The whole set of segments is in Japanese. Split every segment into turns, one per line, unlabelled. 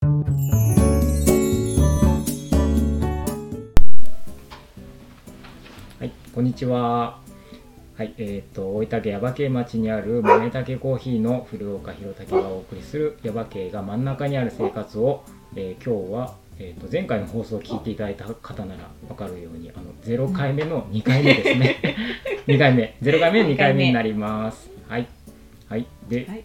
はい、こんにちは。はい、大分県耶馬渓町にある豆たけコーヒーの古岡弘武がお送りする耶馬渓が真ん中にある生活を、今日は、前回の放送を聞いていただいた方なら分かるように0回目の2回目ですね。2回目、0回目の2回目になります。はい、はい、で、はい、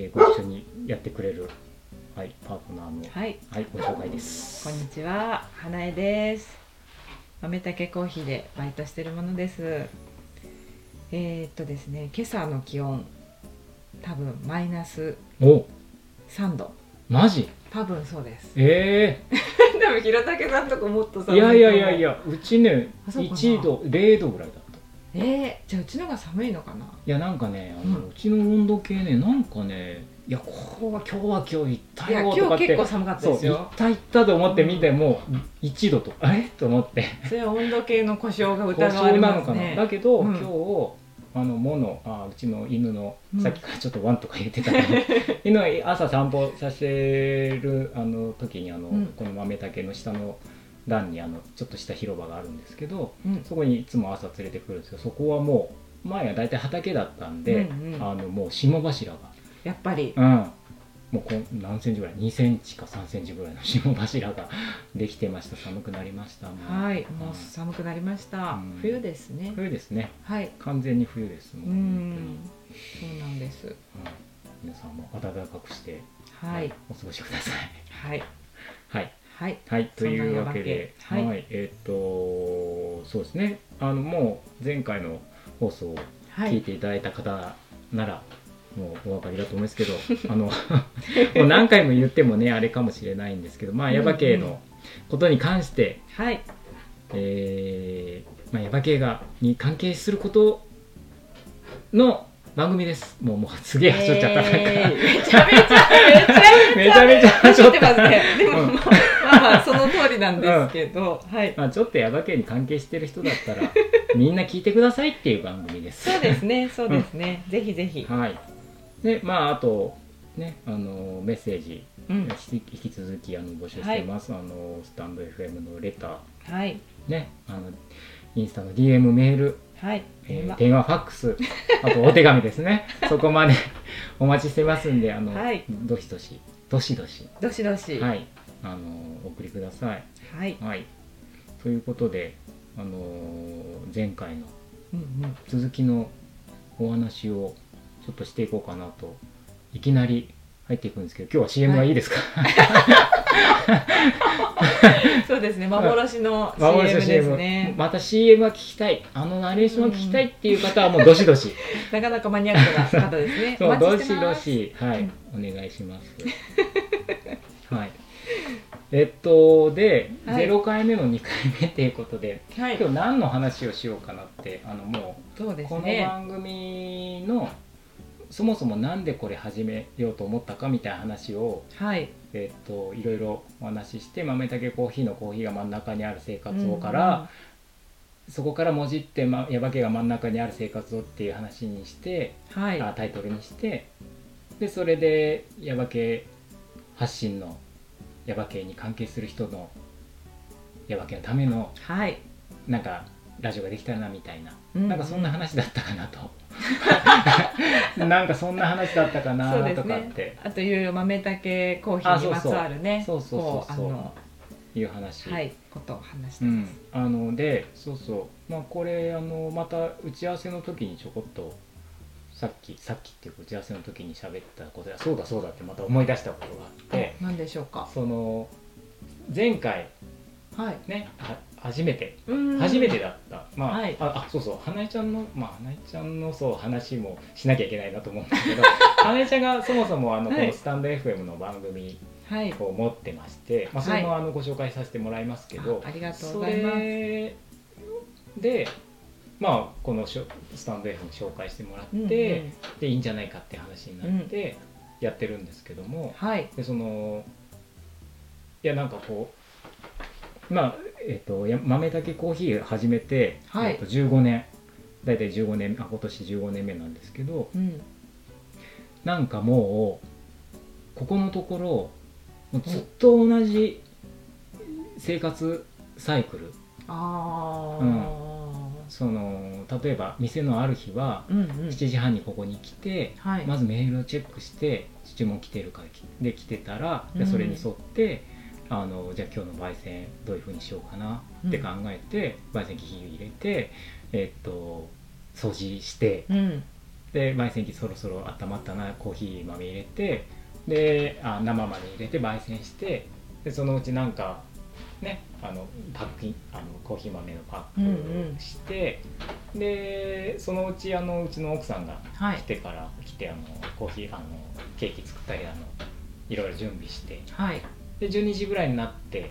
ご一緒にやってくれる、はい、パートナーの、
はい、
はい、ご紹介です。
こんにちは、花江です。豆たけコーヒーでバイトしてるものです。ですね、今朝の気温多分マイナス3度。
マジ？
多分そうです。多分弘武さんとこもっと寒いと思う。
いやうちね1度0度ぐらいだった。
じゃあうちのが寒いのかな。
いやなんかねうちの温度計ねなんかねいやここは今日行ったよとかって、
今日結構寒かったですよ。
そう行ったと思って見ても1度とかあれと思って。
それは温度計の故障が疑われますね。
だけど、今日うちの犬の、さっきからちょっとワンとか言ってたけど犬は朝散歩させる時にこの豆たけの下の段にちょっとした広場があるんですけど、そこにいつも朝連れてくるんですけど、そこはもう前はだいたい畑だったんで、もう霜柱が
やっぱり、
もう何センチぐらい2センチか3センチぐらいの霜柱ができてました。寒くなりました。
はい、もう寒くなりました。冬ですね。
冬ですね。
はい、
完全に冬です。もう
そうなんです。
皆さんも暖かくしてお過ごしください。
はい
はい、というわけで、そうですね。もう前回の放送を聞いていただいた方ならもうお分かりだと思うんですけど、もう何回も言ってもねあれかもしれないんですけど、耶馬渓のことに関して、耶馬渓に関係することの番組です。もうすげえはしょっちゃった。
めちゃめちゃはしょってますね。でもまあその通りなんですけど、
ちょっと耶馬渓に関係してる人だったらみんな聞いてくださいっていう番組です。
そうですね、そうですね。ぜひぜひ。
であとねメッセージ引き続き募集しています。スタンド FM のレター、ね、インスタの DM メール、電話ファックス、あとお手紙ですね。そこまでお待ちしてますんでどしどしお送りください。ということで前回の続きのお話をちょっとしていこうかなと。いきなり入っていくんですけど、今日は CM はいいですか？
そうですね、幻の CM ですね。
また CM は聞きたい、ナレーションを聞きたいっていう方はもうどしどし
なかなかマニアックな方ですね。
そう、どしどしお願いします。で、0回目の2回目っていうことで、今日何の話をしようかなって、もうこの番組のそもそもなんでこれ始めようと思ったかみたいな話を、いろいろお話しして、豆たけコーヒーのコーヒーが真ん中にある生活をから、そこからもじって耶馬渓が真ん中にある生活をっていう話にして、タイトルにして、でそれで耶馬渓発信の耶馬渓に関係する人の耶馬渓のための、なんかラジオができたらなみたいな、なんかそんな話だったかなとなんかそんな話だったかなとかって、
あといろいろ豆たけコーヒーにまつわるね、
いう話、
ことを話してます。
で、これまた打ち合わせの時にちょこっとさっきっていう打ち合わせの時に喋ったことや、そうだってまた思い出したことがあって、
何でしょうか。
前回ね、初めてだった。花江ちゃんの話もしなきゃいけないなと思うんですけど、花江ちゃんがそもそもこのスタンド FM の番組を持ってまして、それもご紹介させてもらいますけど、
ありがとうございます。
で、このスタンド FM 紹介してもらって、でいいんじゃないかって話になってやってるんですけども、でいやなんかこう豆たけコーヒー始めて、15年、大体15年、今年15年目なんですけど、なんかもうここのところもうずっと同じ生活サイクル。その例えば店のある日は7時半にここに来て、まずメールをチェックして注文来てるかで来てたら、それに沿ってじゃあ今日の焙煎どういう風にしようかなって考えて、焙煎機入れて掃除して、で焙煎機そろそろ温まったな、コーヒー豆入れて、で生豆入れて焙煎して、でそのうちなんかね、パックコーヒー豆のパックして、でそのうちうちの奥さんが来てコーヒーケーキ作ったりいろいろ準備して、で12時ぐらいになって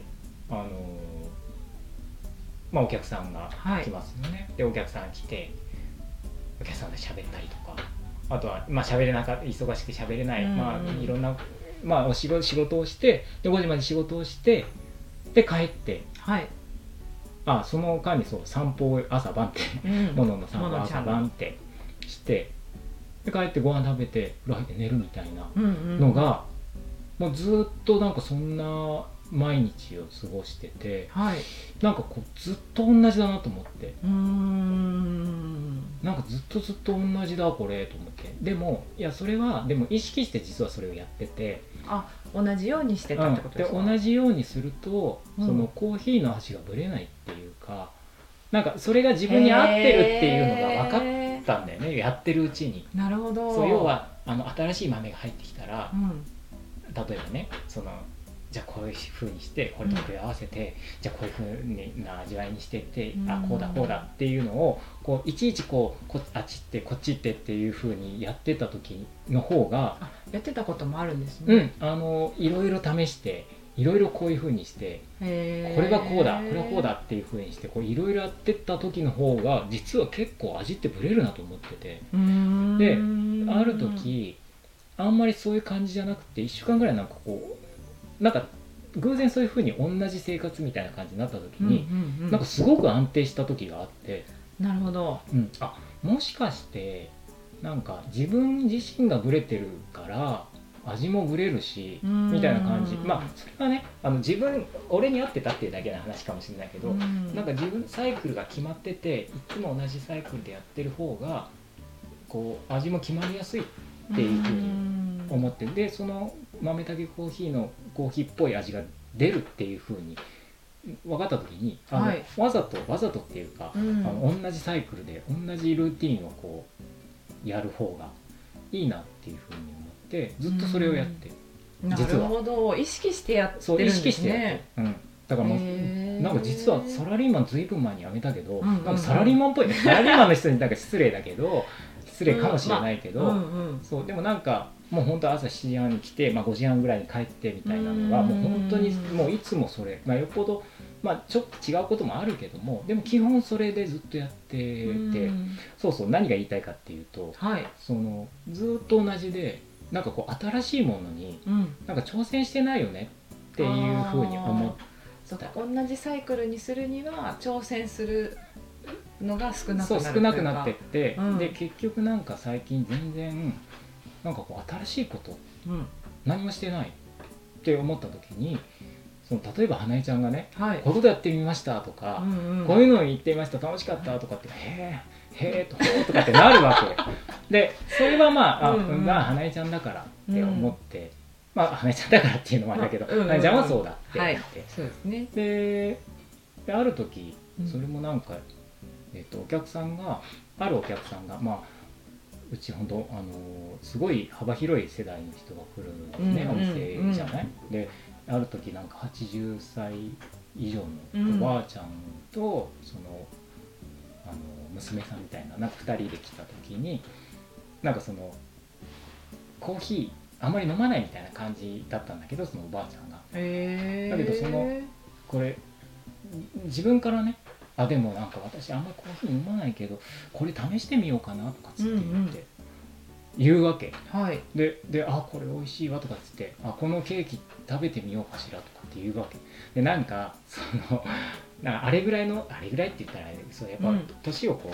お客さんが来ますよね。でお客さん来てお客さんで喋ったりとか、あとは喋れなかった忙しく喋れない、いろんな仕事をして、で5時まで仕事をして、で帰って、その間に散歩を朝晩って物の散歩を朝晩ってして、で帰ってご飯食べて風呂入って寝るみたいなのが、もうずっとなんかそんな毎日を過ごしてて、なんかずっと同じだなと思って、なんかずっと同じだこれと思って。でもそれはでも意識して実はそれをやってて、
同じようにしてたってことですか？
で同じようにすると、そのコーヒーの味がぶれないっていうか、なんかそれが自分に合ってるっていうのが分かったんだよね、やってるうちに。
なるほど。
そう、要は新しい豆が入ってきたら、例えばね、じゃあこういう風にしてこれと組み合わせて、じゃあこういう風な味わいにしてって、こうだこうだっていうのをいちいちあっちってこっちってっていう風にやってた時の方が、
やってたこともあるんですね。
いろいろ試して、いろいろこういう風にして、これはこうだこれはこうだっていう風にしていろいろやってった時の方が実は結構味ってブレるなと思ってて、である時あんまりそういう感じじゃなくて、1週間ぐらいなんか偶然そういう風に同じ生活みたいな感じになった時に、なんかすごく安定した時があって。
なるほど。
もしかしてなんか自分自身がブレてるから味もブレるしみたいな感じ。それはね、俺に合ってたっていうだけの話かもしれないけど、なんか自分サイクルが決まってて、いつも同じサイクルでやってる方が味も決まりやすいっていうふうに思って、でその豆たけコーヒーのコーヒーっぽい味が出るっていうふうに分かった時に、わざとっていうか、同じサイクルで同じルーティンをやる方がいいなっていうふうに思って、ずっとそれをやって、
実はなるほど、意識してやってるんですね。
意識してやってる。だからもうなんか実はサラリーマンずいぶん前に辞めたけど、なんかサラリーマンっぽいね。サラリーマンの人になんか失礼だけど、失礼かもしれないけど、そうでもなんかもう本当朝7時半に来て、5時半ぐらいに帰ってみたいなのがもう本当にもういつもそれ、よっぽどちょっと違うこともあるけども、でも基本それでずっとやってて、何が言いたいかっていうと、ずっと同じで、なんか新しいものになんか挑戦してないよねっていうふうに思って。
同じサイクルにするには挑戦するのが少な
くなってって、で結局なんか最近全然なんか新しいこと、何もしてないって思った時に、例えば花江ちゃんがね、こういうことやってみましたとか、こういうのを言ってみました楽しかったとかって、へえとかってなるわけで、それは花江ちゃんだからって思って、花江ちゃんだからっていうのもあれだけど、花江ちゃんはそうだって思って、
そうですね。
である時それもなんか、あるお客さんがうち本当すごい幅広い世代の人が来るんですね、お店じゃない。である時なんか80歳以上のおばあちゃんと娘さんみたいな2人で来た時に、なんかコーヒーあまり飲まないみたいな感じだったんだけど、そのおばあちゃんが。だけどこれ自分からね、でもなんか私あんまりコーヒー飲まないけどこれ試してみようかなとかつって言うわけ。でこれ美味しいわとかつって、このケーキ食べてみようかしらとかって言うわけで、なんかあれぐらいって言ったらやっぱ年を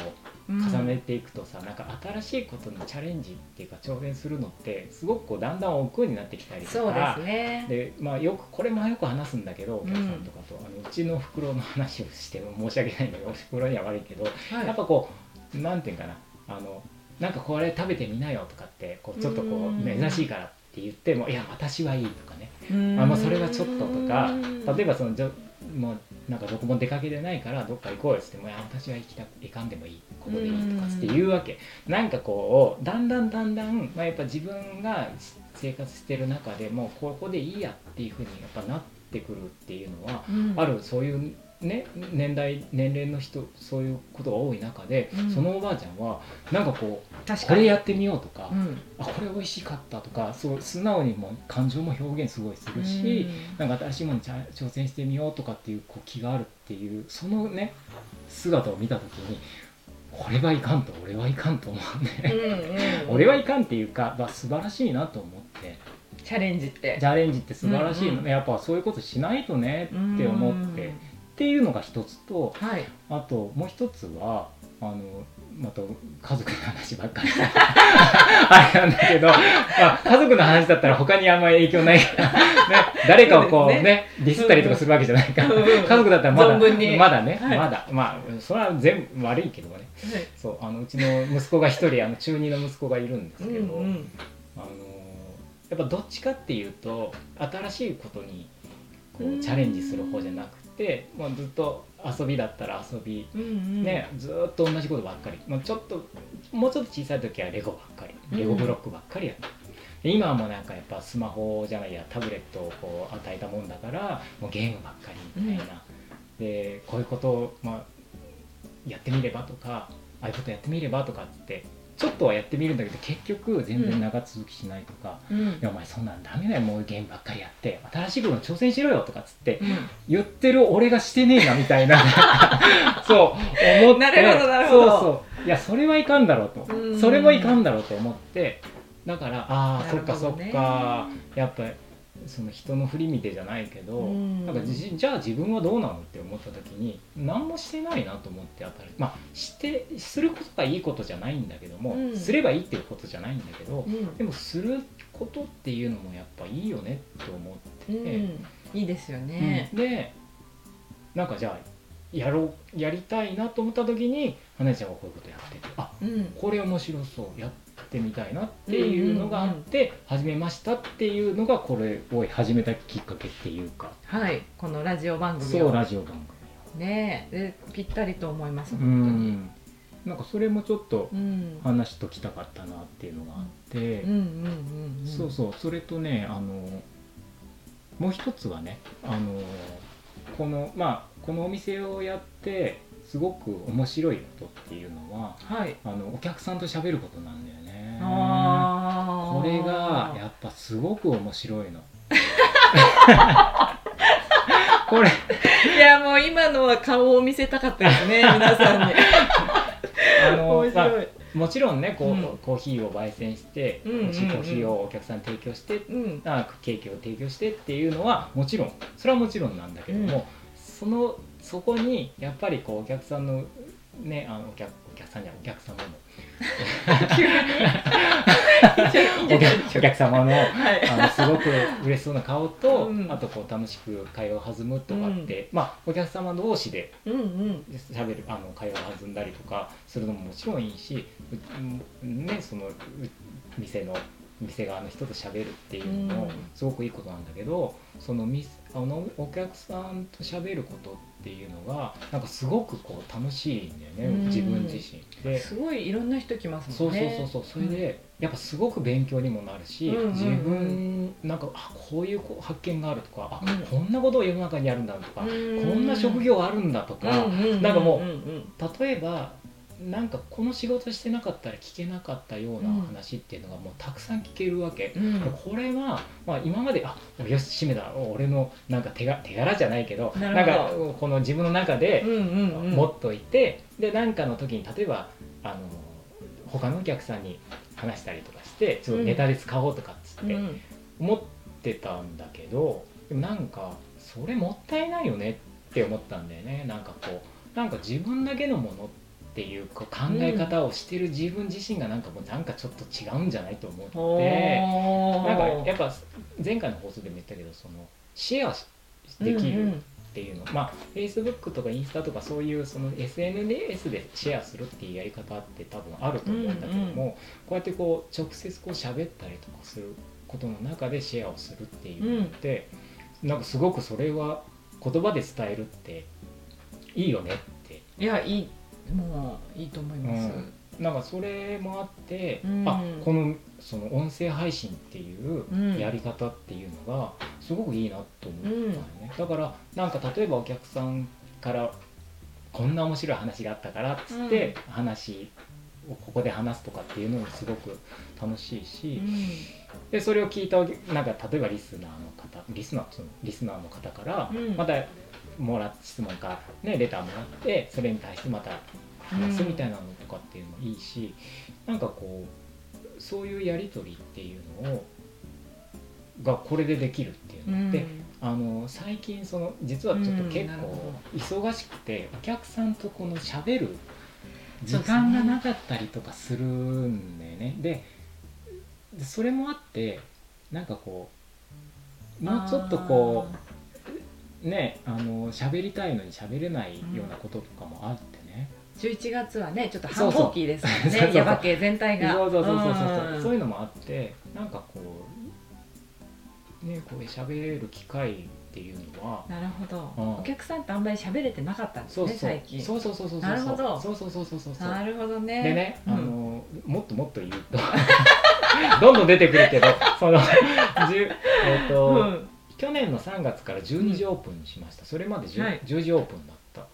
重ねていくとさ、なんか新しいことにチャレンジっていうか挑戦するのってすごくこうだんだん億劫になってきたりとか、
そうですね。
で、まあ、よく話すんだけど、お客さんとかと、うちの袋の話をして申し訳ないんだけど、袋には悪いけど、やっぱこうなんていうかな、なんかこれ食べてみなよとかってこうちょっとこう珍しいからって言っても、いや私はいいとかね、もうそれはちょっととか、例えばもうなんかどこも出かけてないからどっか行こうよっつっても、いや私は行かんでもいい、ここでいいとかつって言うわけ。なんかこうだんだん、まあ、やっぱ自分が生活してる中でもうここでいいやっていうふうにやっぱなってくるっていうのは、あるそういうね、年齢の人そういうことが多い中で、そのおばあちゃんはなんかこうこれやってみようとか、あこれ美味しかったとか、そう素直にも感情も表現すごいするし、なんか新しいものに挑戦してみようとかっていうこう気があるっていうそのね姿を見た時に、これはいかんと俺はいかんと思うね俺はいかんっていうか、素晴らしいなと思って。
チャレンジって
素晴らしいのね、やっぱそういうことしないとねって思ってっていうのが一つと、あともう一つはまた家族の話ばっかりあれなんだけど、家族の話だったら他にあんまり影響ないから、ね、誰かをこうねディスったりとかするわけじゃないから、家族だったらまだね、まあそれは全部悪いけどね、そううちの息子が一人中2の息子がいるんですけど、やっぱどっちかっていうと新しいことにこうチャレンジする方じゃなくて、ずっと遊びだったら遊び、ね、ずっと同じことばっかり、もうちょっと小さい時はレゴばっかり、レゴブロックばっかりやって、今はもうなんかやっぱスマホじゃないやタブレットをこう与えたもんだからもうゲームばっかりみたいな、でこういうことを、やってみればとか、ああいうことやってみればとかってちょっとはやってみるんだけど結局全然長続きしないとか、いやお前そんなんダメだよ、もうゲームばっかりやって新しいことに挑戦しろよとかっつって言ってる俺がしてねえなみたいなそう思って、
なるほど
いやそれはいかんだろうと、それもいかんだろうと思って、だからそっかやっぱその人の振り見てじゃないけど、なんかじゃあ自分はどうなのって思った時に何もしてないなと思って、することがいいことじゃないんだけども、すればいいっていうことじゃないんだけど、でもすることっていうのもやっぱいいよねって思ってて、
いいですよね。
でなんかじゃあやりたいなと思った時に花ちゃんはこういうことやってて、これ面白そうやってみたいなっていうのがあって始めましたっていうのがこれを始めたきっかけっていうか、
このラジオ番組を、
そうラジオ番組
ねでぴったりと思います。本当に
なんかそれもちょっと話しときたかったなっていうのがあって、それとねもう一つはねこのお店をやってすごく面白いことっていうのは、お客さんと喋ることなんだよね。これがやっぱすごく面白いのこれ
いやもう今のは顔を見せたかったですね皆さんに面白い。
もちろんねコーヒーを焙煎して美味しいコーヒーをお客さんに提供して、ケーキを提供してっていうのはもちろんそれはもちろんなんだけども、そこにやっぱりこうお客さんのねお客様のお客様のすごく嬉しそうな顔と、あとこう楽しく会話を弾むとかって、お客様同士で喋る会話を弾んだりとかするのももちろんいいし、その店側の人と喋るっていうのもすごくいいことなんだけど、そのお客さんと喋ることっていうのがなんかすごくこう楽しいんだよね、自分自身ですご
いいろんな人来ますもんね。
それでやっぱすごく勉強にもなるし、自分なんかこういう発見があるとか、こんなことを世の中にあるんだとか、こんな職業あるんだとか、なんかもう例えばなんかこの仕事してなかったら聞けなかったような話っていうのがもうたくさん聞けるわけ、これは、今までよし締めだ俺のなんか手柄じゃないけど、なんかこの自分の中で持っといて、でなんかの時に例えば他のお客さんに話したりとかしてちょっとネタで使おうとかっつって思ってたんだけど、でもなんかそれもったいないよねって思ったんだよね。なんか自分だけのものってっていうこう考え方をしてる自分自身がなんかもうなんかちょっと違うんじゃないと思って、なんかやっぱ前回の放送でも言ったけど、そのシェアできるっていうの、まあ Facebook とかインスタとかそういうその SNS でシェアするっていうやり方って多分あると思うんだけども、こうやってこう直接こう喋ったりとかすることの中でシェアをするっていうのって、なんかすごくそれは言葉で伝えるっていいよねって。
いや、いい、もういいと思います、
なんかそれもあって、このその音声配信っていうやり方っていうのがすごくいいなと思ったよね、だからなんか例えばお客さんからこんな面白い話があったからっつって話をここで話すとかっていうのもすごく楽しいし、でそれを聞いたなんか例えばリスナーの方からまた質問か、ね、レターもらってそれに対してまた話すみたいなのとかっていうのもいいし、なんかこうそういうやり取りっていうのがこれでできるっていうので、最近その実はちょっと結構忙しくてお客さんとこの喋る時間がなかったりとかするんだよね。でそれもあってなんかこうもうちょっとこうね喋りたいのに喋れないようなこととかもあってね、
11月はねちょっと繁忙期ですからね、耶馬渓全体が
そういうのもあって、なんかこうねこう喋る機会っていうのは、
なるほど、お客さんとあんまり喋れてなかったんですね、最近。なるほど、なるほどね。
でね、もっともっと言うとどんどん出てくるけど、その去年の3月から12時オープンにしました。それまで 10時オープンだった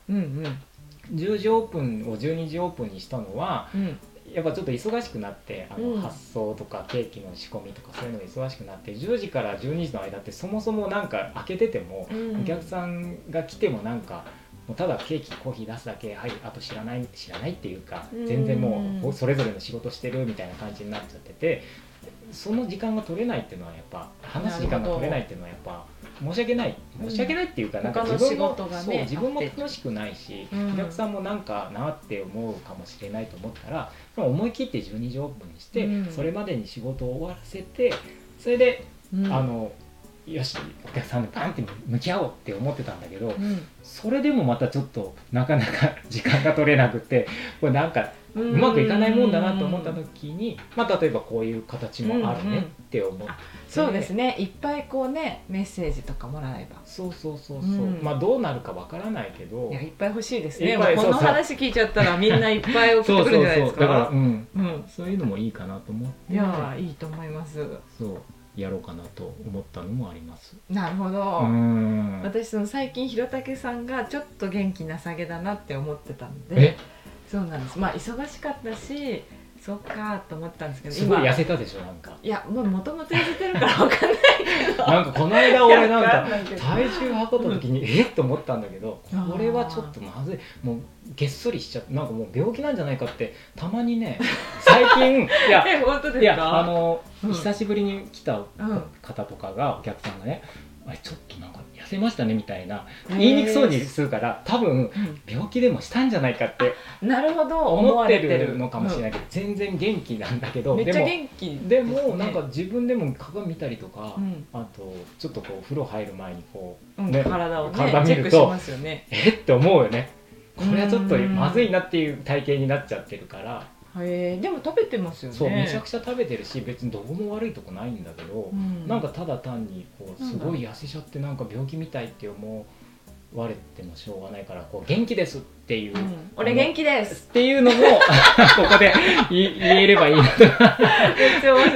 。10時オープンを12時オープンにしたのは、やっぱちょっと忙しくなって発送とかケーキの仕込みとかそういうのが忙しくなって、10時から12時の間ってそもそもなんか開けてても、お客さんが来てもなんかもうただケーキコーヒー出すだけ、はい、あと知らないっていうか、全然もうそれぞれの仕事してるみたいな感じになっちゃってて、その時間が取れないっていうのはやっぱ話す時間が取れないっていうのはやっぱ申し訳ないっていうか、なんか自分も楽しくないし、お客さんもなんかなって思うかもしれないと思ったら、思い切って12時オープンにして、それまでに仕事を終わらせて、それでよしお客さんにパンって向き合おうって思ってたんだけど、それでもまたちょっとなかなか時間が取れなくて、これなんかうまくいかないもんだなと思った時に、例えばこういう形もあるねって思って、
そうですね、いっぱいこうねメッセージとかもらえば、
どうなるかわからないけど、
いやいっぱい欲しいですね。この話聞いちゃったらみんないっぱい送ってくるんじゃないですか。
だからそういうのもいいかなと思って、
いやいいと思います。
そうやろうかなと思ったのもあります。
なるほど。私その最近弘武さんがちょっと元気なさげだなって思ってたんで、そうなんです。忙しかったし、そっかと思ったんですけど、
すごい痩せたでしょ。なんか
いやもともと痩せてるから分かんないけど
なんかこの間俺なんか体重測った時にっと思ったんだけど、これはちょっとまずい、もうげっそりしちゃって、なんかもう病気なんじゃないかってたまにね最近
本当ですか？
久しぶりに来た方とかが、お客さんがね、ちょっとなんか痩せましたねみたいな言いにくそうにするから、多分病気でもしたんじゃないかって思ってるのかもしれないけど、全然元気なんだけど、
めっちゃ元気
でもなんか自分でも鏡見たりとか、あとちょっとこう風呂入る前にこう
体見ると
って思うよね。これはちょっとまずいなっていう体型になっちゃってるから。
でも食べてますよね。
そう、めちゃくちゃ食べてるし、別にどこも悪いとこないんだけど、なんかただ単にこうすごい痩せちゃってなんか病気みたいって思われてもしょうがないから、こう元気ですっていう、
俺元気です
っていうのもここで言えればいいなと。めっ
ちゃ面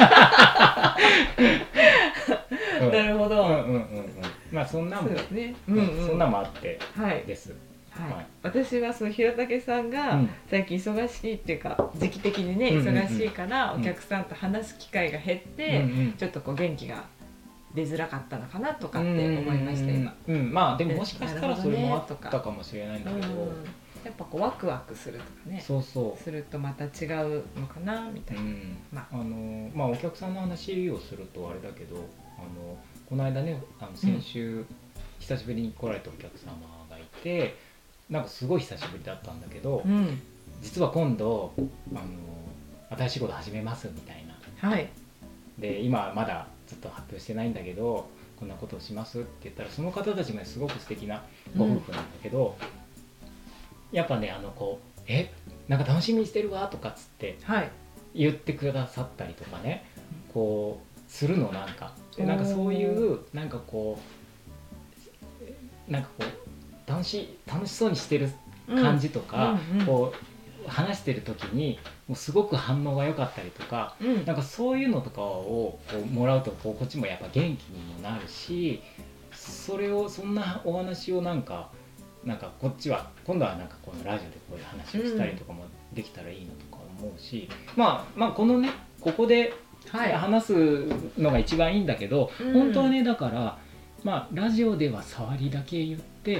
白い。なるほど。
そんなもあってです。
私はその弘武さんが最近忙しいっていうか、時期的にね忙しいからお客さんと話す機会が減って、ちょっとこう元気が出づらかったのかなとかって思いました今。
でももしかしたらそれもあったかもしれないんだけど、
やっぱこうワクワクするとかね、するとまた違うのかなみたいな。
お客さんの話をするとあれだけど、この間ね先週久しぶりに来られたお客様がいて、なんかすごい久しぶりだったんだけど、 実は今度新しいこと始めますみたいな、
はい、
で今まだちょっと発表してないんだけどこんなことをしますって言ったら、その方たちもすごく素敵なご夫婦なんだけど、やっぱねこうなんか楽しみにしてるわとかっつって言ってくださったりとかね、こうするのなんかそういうなんかこう楽しそうにしてる感じとか、こう話してる時にもうすごく反応が良かったりとか、なんかそういうのとかをこうもらうとこっちもやっぱ元気にもなるし、そんなお話をなんかこっちは今度はなんかこのラジオでこういう話をしたりとかもできたらいいなとか思うし、まあこのねここで話すのが一番いいんだけど、本当はねだからラジオでは触りだけ言って、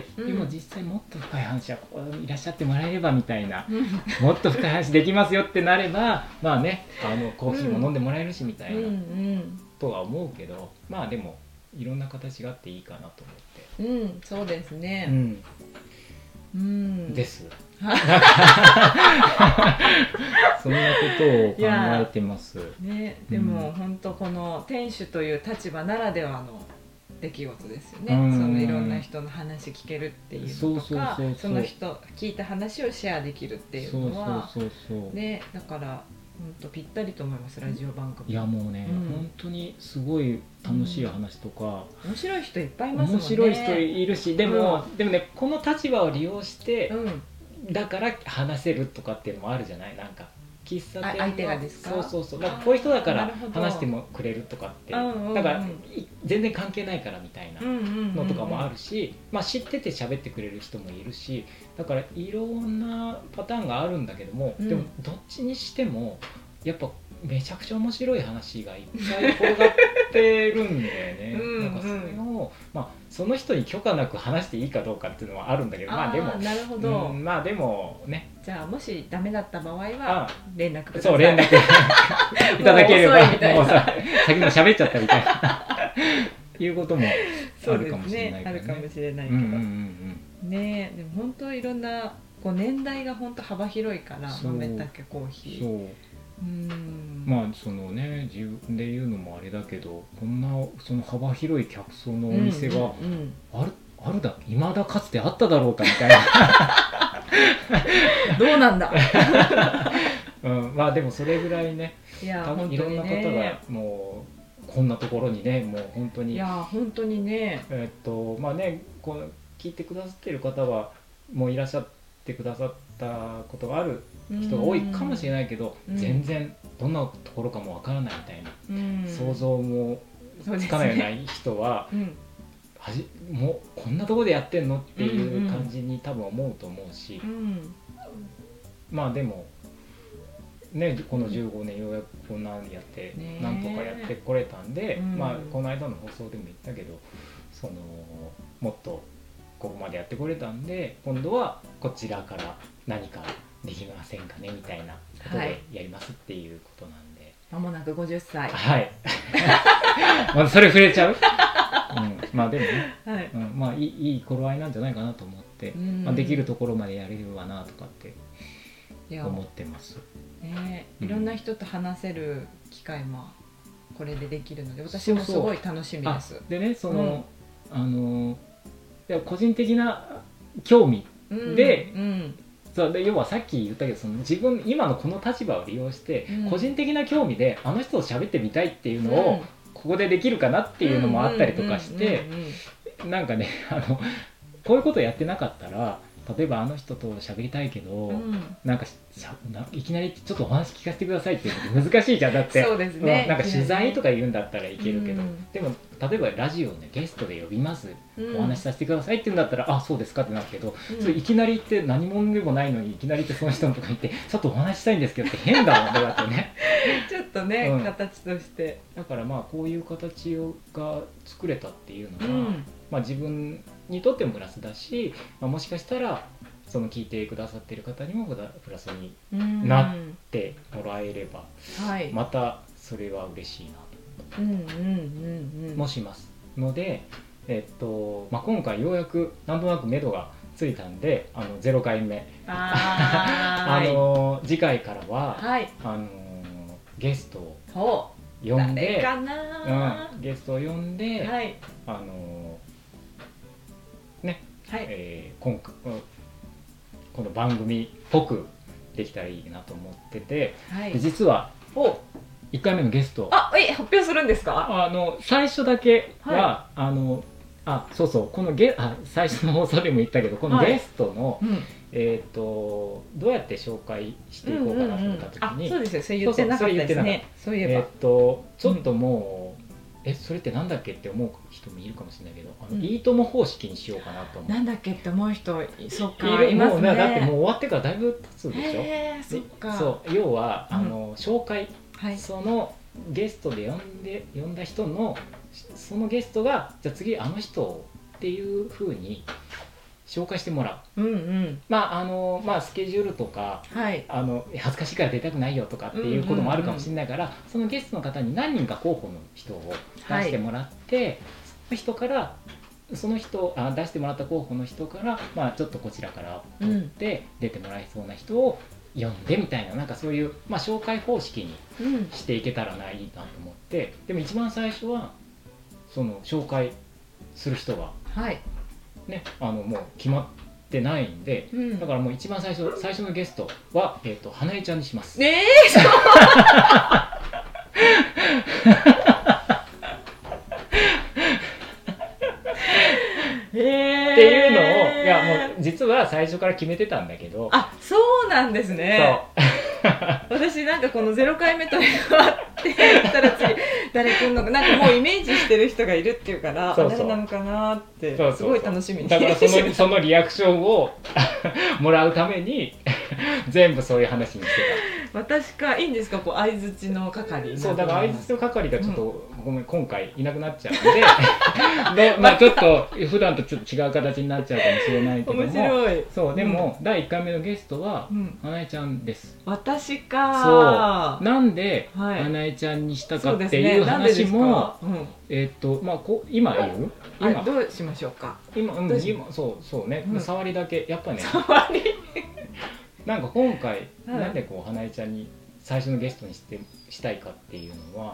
でも実際もっと深い話はこういらっしゃってもらえればみたいな、もっと深い話できますよってなればまあねコーヒーも飲んでもらえるしみたいな、とは思うけど、でもいろんな形があっていいかなと思って。
そうですね。
です。そんなことを考えてます。
ね、でも本当この店主という立場ならではの出来事ですよね。そのいろんな人の話聞けるっていうのとか、その人聞いた話をシェアできるっていうのはね、だから本当ぴったりと思います。ラジオ番組。
いやもうね、本当にすごい楽しい話とか、
面白い人いっぱいいますもんね。
面白い人いるし、でもねこの立場を利用して、だから話せるとかっていうのもあるじゃない。なんか喫茶店の
相手がですか。
そうこういう人だから話してもくれるとかって、だから全然関係ないからみたいなのとかもあるし、知ってて喋ってくれる人もいるし、だからいろんなパターンがあるんだけども、でもどっちにしてもやっぱめちゃくちゃ面白い話がいっぱい転がってるんだよね。なんかそれをその人に許可なく話していいかどうかっていうのはあるんだけど、でも
なるほど、
でもね、
じゃあもしダメだった場合は連絡ください。
そう連絡いただければもう先も喋っちゃったみたいないうこともあるかもしれないからね。
あるかもしれないけどね。でも本当いろんなこう年代が本当幅広いから豆たけコーヒー。
そのね自分で言うのもあれだけど、こんなその幅広い客層のお店があるだ未だかつてあっただろうかみたいな
どうなんだ
でもそれぐらいね、
いや
多分いろんな方がもうこんなところにね、もう本当に
本当にね
こう聞いてくださってる方はもういらっしゃってくださったことがある人が多いかもしれないけど、全然どんなところかもわからないみたいな、想像もつかないような人は、もうこんなところでやってんのっていう感じに多分思うと思うし、でもねこの15年ようやくこんなんやってなんとかやってこれたんで、この間の放送でも言ったけど、もっとここまでやってこれたんで、今度はこちらから何かできませんかねみたいなことでやりますっていうことなんで、
間もなく50歳。
はいそれ触れちゃうでもね、いい頃合いなんじゃないかなと思って、できるところまでやれればなとかって思ってます。
いろんな人と話せる機会もこれでできるので、私もすごい楽しみです。
でね、個人的な興味で、で要はさっき言ったけど、自分今のこの立場を利用して、個人的な興味であの人と喋ってみたいっていうのをここでできるかなっていうのもあったりとかして、なんかねこういうことやってなかったら、例えばあの人と喋りたいけど、なんかいきなりちょっとお話聞かせてくださいっていうの難しいじゃん。だって
そうですね、
なんか取材とか言うんだったらいけるけど、でも例えばラジオねゲストで呼びます、お話しさせてくださいって言うんだったら、あそうですかってなるけど、それいきなり言って何者でもないのにいきなり言ってその人のとこに行ってちょっとお話ししたいんですけどって変だもんね。だってね
ちょっとね、形として
だからこういう形が作れたっていうのは、自分にとってもプラスだし、もしかしたらその聞いてくださっている方にもプラスになってもらえれば、またそれは嬉しいなともしますので、今回ようやくなんとなく目処がつついたんで0回目次回からは、はい、ゲストを呼んで、
誰かな、
ゲストを呼んで、はい、ね、はい、この番組っぽくできたらいいなと思ってて、はい、実は1回目のゲスト
発表するんですか？
最初だけは、はい、そうそうこの最初の放送でも言ったけどこのゲストの、はい、どうやって紹介していこうかなと思った時に、
そうですよ、それ言ってなかったですね。そういえば
ちょっともう、それってなんだっけって思う人もいるかもしれないけど、いいとも方式にしようかなと思って。
なんだっけって思う人、そっか、いますね。
だってもう終わってからだいぶ経つでしょ。
そっか。
そう、要は紹介、はい、そのゲストで呼んだ人のそのゲストがじゃあ次あの人っていう風に紹介してもらう、スケジュールとか、はい、恥ずかしいから出たくないよとかっていうこともあるかもしれないから、そのゲストの方に何人か候補の人を出してもらって、はい、その人から出してもらった候補の人から、ちょっとこちらから取って出てもらえそうな人を読んでみたいな、なんかそういう、紹介方式にしていけたらいいなと思って、でも一番最初はその紹介する人が、はいね、もう決まってないんで、だからもう一番最初のゲストは、花江ちゃんにします。
そう
っていうのを、いやもう実は最初から決めてたんだけど。
そうなんですね。私なんかこの0回目というのがあって言ったら次誰来んのかなんかもうイメージしてる人がいるっていうから誰なのかなってすごい楽しみに
だからそのリアクションをもらうために全部そういう話にして
た。私かいいんですか、こう相づちの係。
そうだから相づちの係がちょっと、ごめん今回いなくなっちゃうんでちょっと普段とちょっと違う形になっちゃうかもしれないけども、面白い。そうでも、第1回目のゲストは花江ちゃんです。
私か。
そうなんで花江ちゃんにしたかっていう話も、今言う？
どうしましょうか。
今そうね、触りだけやっぱね。なんか今回なんでこう花江ちゃんに最初のゲストにしたいかっていうのは、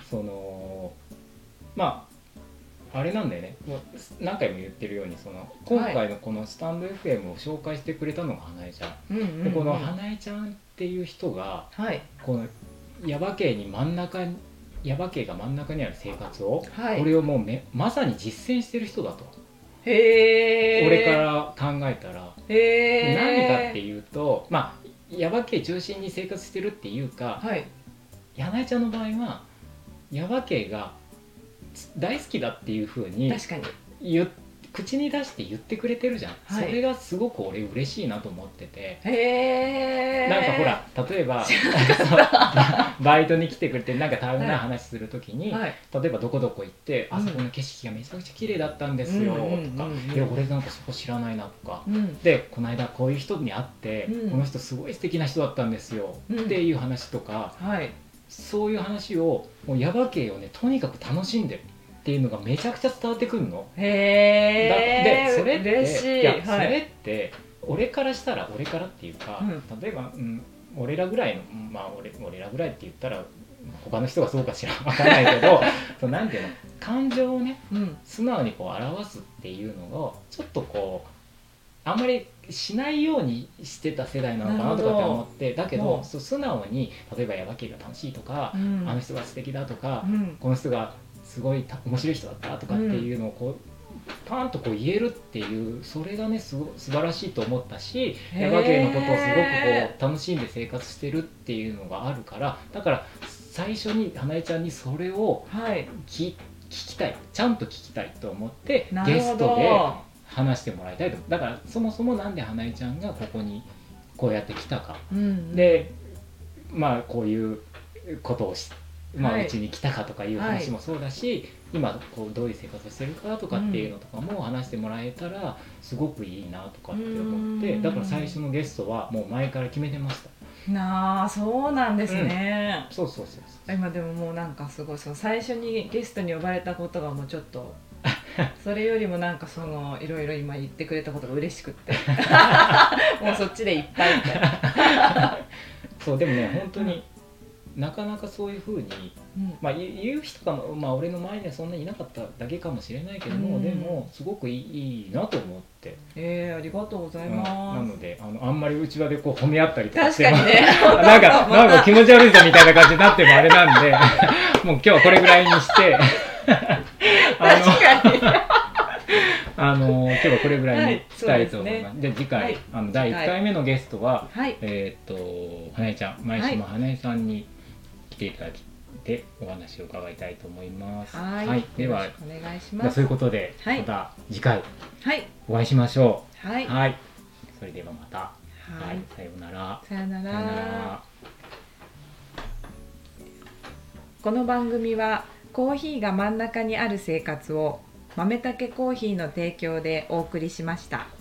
あれなんだよね。もう何回も言ってるように今回のこのスタンド FM を紹介してくれたのが花江ちゃん。でこの花江ちゃんっていう人が、この耶馬渓が真ん中にある生活を、これをもうまさに実践してる人だと。俺から考えたら何かっていうと、耶馬渓中心に生活してるっていうか、花江ちゃんの場合は耶馬渓が大好きだっていう風に口に出して言ってくれてるじゃん、それがすごく俺嬉しいなと思ってて。なんかほら例えばバイトに来てくれてなんか大変な話するときに、例えばどこどこ行ってあそこの景色がめちゃくちゃ綺麗だったんですよとか、で俺なんかそこ知らないなとか、でこの間こういう人に会ってこの人すごい素敵な人だったんですよっていう話とか、そういう話をもう耶馬渓をねとにかく楽しんでるっていうのがめちゃくちゃ伝わってくるの。でそれって俺からしたら俺からっていうか、例えば、俺らぐらいの俺らぐらいって言ったら他の人がそうかしら分からないけどなんていうの感情をね、素直にこう表すっていうのをちょっとこうあんまりしないようにしてた世代なのかなとかって思って、だけど素直に例えば耶馬渓が楽しいとか、あの人が素敵だとか、この人がすごい面白い人だったとかっていうのをこうパーンとこう言えるっていう、それがね素晴らしいと思ったし、耶馬渓のことをすごくこう楽しんで生活してるっていうのがあるから、だから最初に花江ちゃんにそれを聞きたい、ちゃんと聞きたいと思ってゲストで話してもらいたいと。だからそもそもなんで花江ちゃんがここにこうやって来たか、でこういうことをうちに来たかとかいう話もそうだし、今こうどういう生活をしてるかとかっていうのとかも話してもらえたらすごくいいなとかって思って、だから最初のゲストはもう前から決めてました。
そうなんですね。
そう
今でももうなんかすごい最初にゲストに呼ばれたことがもうちょっとそれよりもなんかいろいろ今言ってくれたことが嬉しくってもうそっちでいっぱいみたいな
そうでもね本当に、なかなかそういうふうに、まあ、言う人が、まあ、俺の前にはそんなにいなかっただけかもしれないけども、でもすごくいいなと思って。
ありがとうございます。
なのであんまりうちわでこう褒め合ったりとかして
確かにね
なんか気持ち悪いぞみたいな感じになってもあれなんでもう今日はこれぐらいにして
確かに
今日はこれぐらいにしたいと思います。で次回、第1回目のゲストは、花江ちゃん、前島花江さんに来ていただきてお話を伺いたいと思います。
ではお願いします。
そういうことで、また次回お会いしましょう。それではまた、さようなら。
さようなら。この番組はコーヒーが真ん中にある生活を豆たけコーヒーの提供でお送りしました。